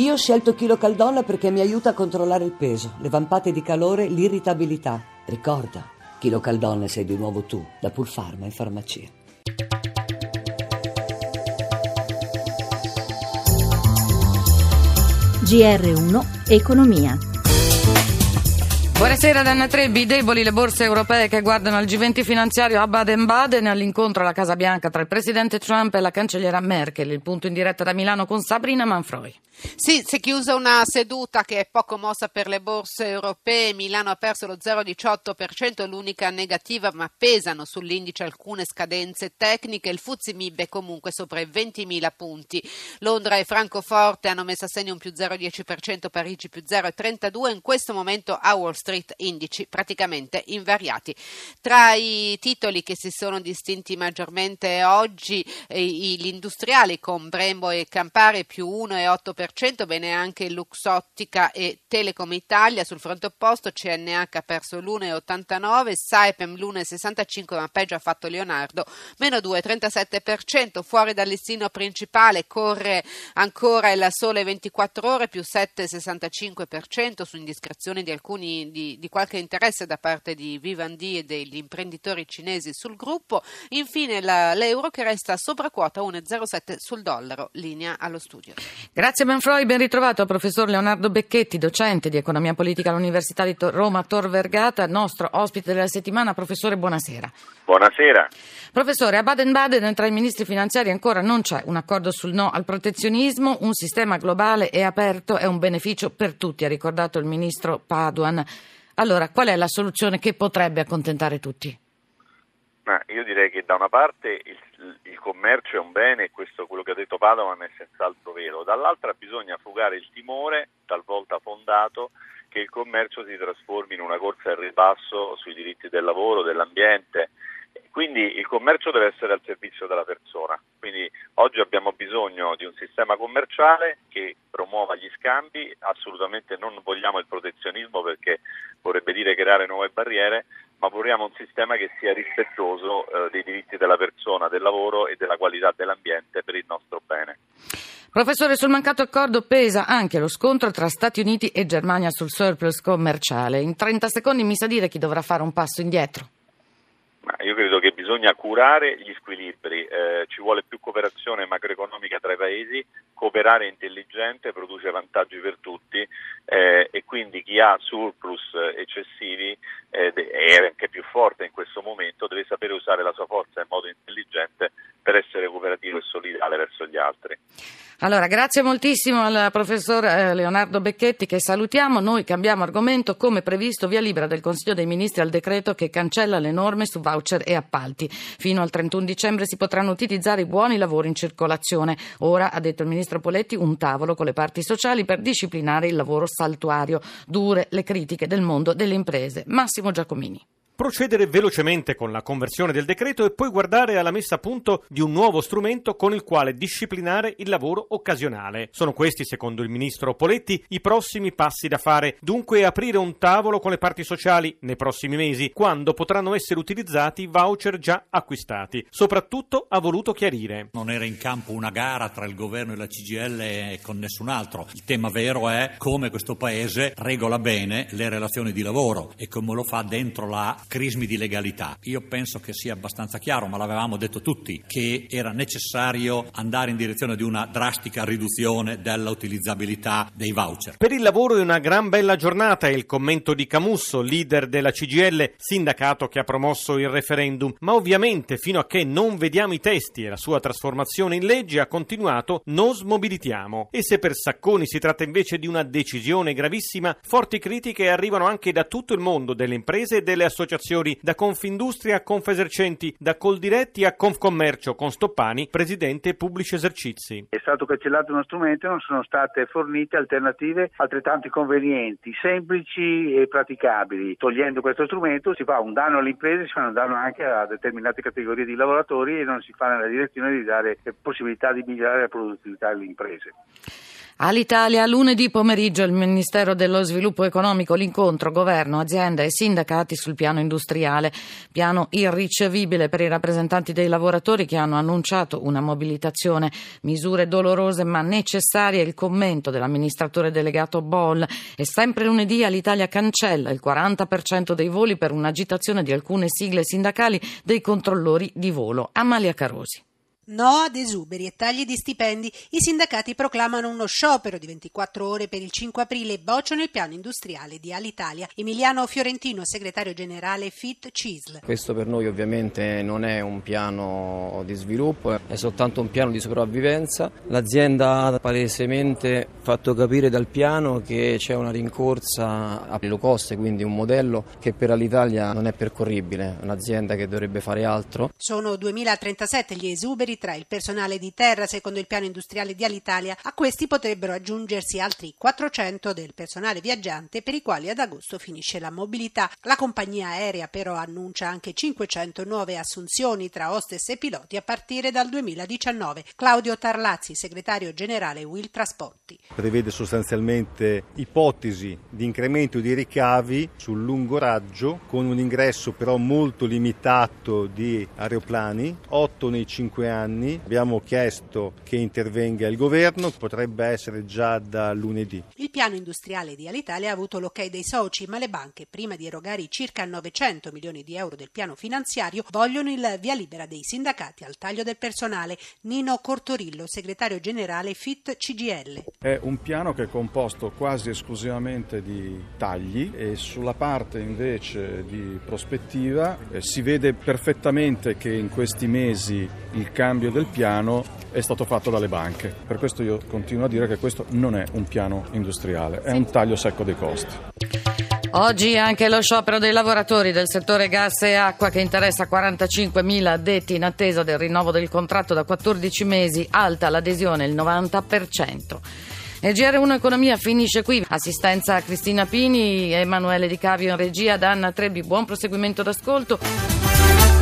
Io ho scelto KiloCaldon perché mi aiuta a controllare il peso, le vampate di calore, l'irritabilità. Ricorda, KiloCaldon sei di nuovo tu, da Pulpharma in farmacia. GR1 Economia. Buonasera Anna Trebbi. Deboli le borse europee che guardano al G20 finanziario a Baden-Baden, all'incontro alla Casa Bianca tra il presidente Trump e la cancelliera Merkel. Il punto in diretta da Milano con Sabrina Manfroi. Sì, si è chiusa una seduta che è poco mossa per le borse europee. Milano ha perso lo 0,18%, l'unica negativa, ma pesano sull'indice alcune scadenze tecniche. Il FTSE MIB è comunque sopra i 20.000 punti. Londra e Francoforte hanno messo a segno un più 0,10%, Parigi più 0,32%. In questo momento a Wall Street indici praticamente invariati. Tra i titoli che si sono distinti maggiormente oggi, gli industriali con Brembo e Campari più 1,8%, bene anche Luxottica e Telecom Italia. Sul fronte opposto CNH ha perso l'1,89%, Saipem l'1,65%, ma peggio ha fatto Leonardo, meno 2,37%. Fuori dal listino principale corre ancora il Sole 24 Ore più 7,65% su indiscrezioni di alcuni di qualche interesse da parte di Vivendi e degli imprenditori cinesi sul gruppo. Infine l'euro che resta sopra quota 1,07 sul dollaro, linea allo studio. Grazie Manfroi, ben ritrovato professor Leonardo Becchetti, docente di economia politica all'Università di Roma Tor Vergata, nostro ospite della settimana. Professore, buonasera. Buonasera. Professore, a Baden-Baden tra i ministri finanziari ancora non c'è un accordo sul no al protezionismo. Un sistema globale e aperto è un beneficio per tutti, ha ricordato il ministro Padoan. Allora, qual è la soluzione che potrebbe accontentare tutti? Io direi che da una parte il commercio è un bene, e questo quello che ha detto Padoan è senz'altro vero. Dall'altra bisogna fugare il timore, talvolta fondato, che il commercio si trasformi in una corsa al ribasso sui diritti del lavoro, dell'ambiente. Quindi il commercio deve essere al servizio della persona. Quindi oggi abbiamo bisogno di un sistema commerciale che promuova gli scambi. Assolutamente non vogliamo il protezionismo, perché vorrebbe dire creare nuove barriere, ma vogliamo un sistema che sia rispettoso dei diritti della persona, del lavoro e della qualità dell'ambiente per il nostro bene. Professore, sul mancato accordo pesa anche lo scontro tra Stati Uniti e Germania sul surplus commerciale. In 30 secondi mi sa dire chi dovrà fare un passo indietro? Io credo che bisogna curare gli squilibri, ci vuole più cooperazione macroeconomica tra i paesi. Cooperare intelligente produce vantaggi per tutti, e quindi chi ha surplus eccessivi è anche più forte in questo momento, deve sapere usare la sua forza in modo intelligente per essere cooperativo e solidale verso gli altri. Allora, grazie moltissimo al professor Leonardo Becchetti, che salutiamo. Noi cambiamo argomento. Come previsto, via libera del Consiglio dei Ministri al decreto che cancella le norme su voucher e appalti. Fino al 31 dicembre si potranno utilizzare i buoni lavori in circolazione. Ora, ha detto il ministro Poletti, un tavolo con le parti sociali per disciplinare il lavoro saltuario. Dure le critiche del mondo delle imprese. Massimo Giacomini. Procedere velocemente con la conversione del decreto e poi guardare alla messa a punto di un nuovo strumento con il quale disciplinare il lavoro occasionale. Sono questi, secondo il ministro Poletti, i prossimi passi da fare. Dunque aprire un tavolo con le parti sociali nei prossimi mesi, quando potranno essere utilizzati voucher già acquistati. Soprattutto ha voluto chiarire: non era in campo una gara tra il governo e la CGIL e con nessun altro. Il tema vero è come questo paese regola bene le relazioni di lavoro e come lo fa dentro la crismi di legalità. Io penso che sia abbastanza chiaro, ma l'avevamo detto tutti, che era necessario andare in direzione di una drastica riduzione della utilizzabilità dei voucher. Per il lavoro è una gran bella giornata, è il commento di Camusso, leader della CGIL, sindacato che ha promosso il referendum, ma ovviamente fino a che non vediamo i testi e la sua trasformazione in legge, ha continuato, non smobilitiamo. E se per Sacconi si tratta invece di una decisione gravissima, forti critiche arrivano anche da tutto il mondo delle imprese e delle associazioni, da Confindustria a Confesercenti, da Coldiretti a Confcommercio, con Stoppani, presidente Pubblici Esercizi. È stato cancellato uno strumento e non sono state fornite alternative altrettanto convenienti, semplici e praticabili. Togliendo questo strumento si fa un danno alle imprese, si fa un danno anche a determinate categorie di lavoratori e non si fa nella direzione di dare possibilità di migliorare la produttività delle imprese. All'Italia, lunedì pomeriggio il Ministero dello Sviluppo Economico, l'incontro governo, azienda e sindacati sul piano industriale, piano irricevibile per i rappresentanti dei lavoratori che hanno annunciato una mobilitazione, misure dolorose ma necessarie, il commento dell'amministratore delegato Boll. E sempre lunedì all'Italia cancella il 40% dei voli per un'agitazione di alcune sigle sindacali dei controllori di volo. Amalia Carosi. No ad esuberi e tagli di stipendi. I sindacati proclamano uno sciopero di 24 ore per il 5 aprile e bocciano il piano industriale di Alitalia. Emiliano Fiorentino, segretario generale FIT CISL. Questo per noi ovviamente non è un piano di sviluppo, è soltanto un piano di sopravvivenza. L'azienda ha palesemente fatto capire dal piano che c'è una rincorsa a low cost, quindi un modello che per Alitalia non è percorribile, un'azienda che dovrebbe fare altro. Sono 2037 gli esuberi tra il personale di terra, secondo il piano industriale di Alitalia. A questi potrebbero aggiungersi altri 400 del personale viaggiante, per i quali ad agosto finisce la mobilità. La compagnia aerea però annuncia anche 500 nuove assunzioni tra hostess e piloti a partire dal 2019. Claudio Tarlazzi, segretario generale Will Trasporti. Prevede sostanzialmente ipotesi di incremento di ricavi sul lungo raggio, con un ingresso però molto limitato di aeroplani, 8 nei 5 anni. Abbiamo chiesto che intervenga il governo, potrebbe essere già da lunedì. Il piano industriale di Alitalia ha avuto l'ok dei soci, ma le banche, prima di erogare i circa 900 milioni di euro del piano finanziario, vogliono il via libera dei sindacati al taglio del personale. Nino Cortorillo, segretario generale FIT CGIL. È un piano che è composto quasi esclusivamente di tagli e sulla parte invece di prospettiva si vede perfettamente che in questi mesi il cambio del piano è stato fatto dalle banche. Per questo io continuo a dire che questo non è un piano industriale, è un taglio secco dei costi. Oggi anche lo sciopero dei lavoratori del settore gas e acqua, che interessa 45.000 addetti in attesa del rinnovo del contratto da 14 mesi, alta l'adesione, il 90%. E GR1 Economia finisce qui. Assistenza a Cristina Pini, Emanuele Di Cavio in regia, da Anna Trebbi. Buon proseguimento d'ascolto.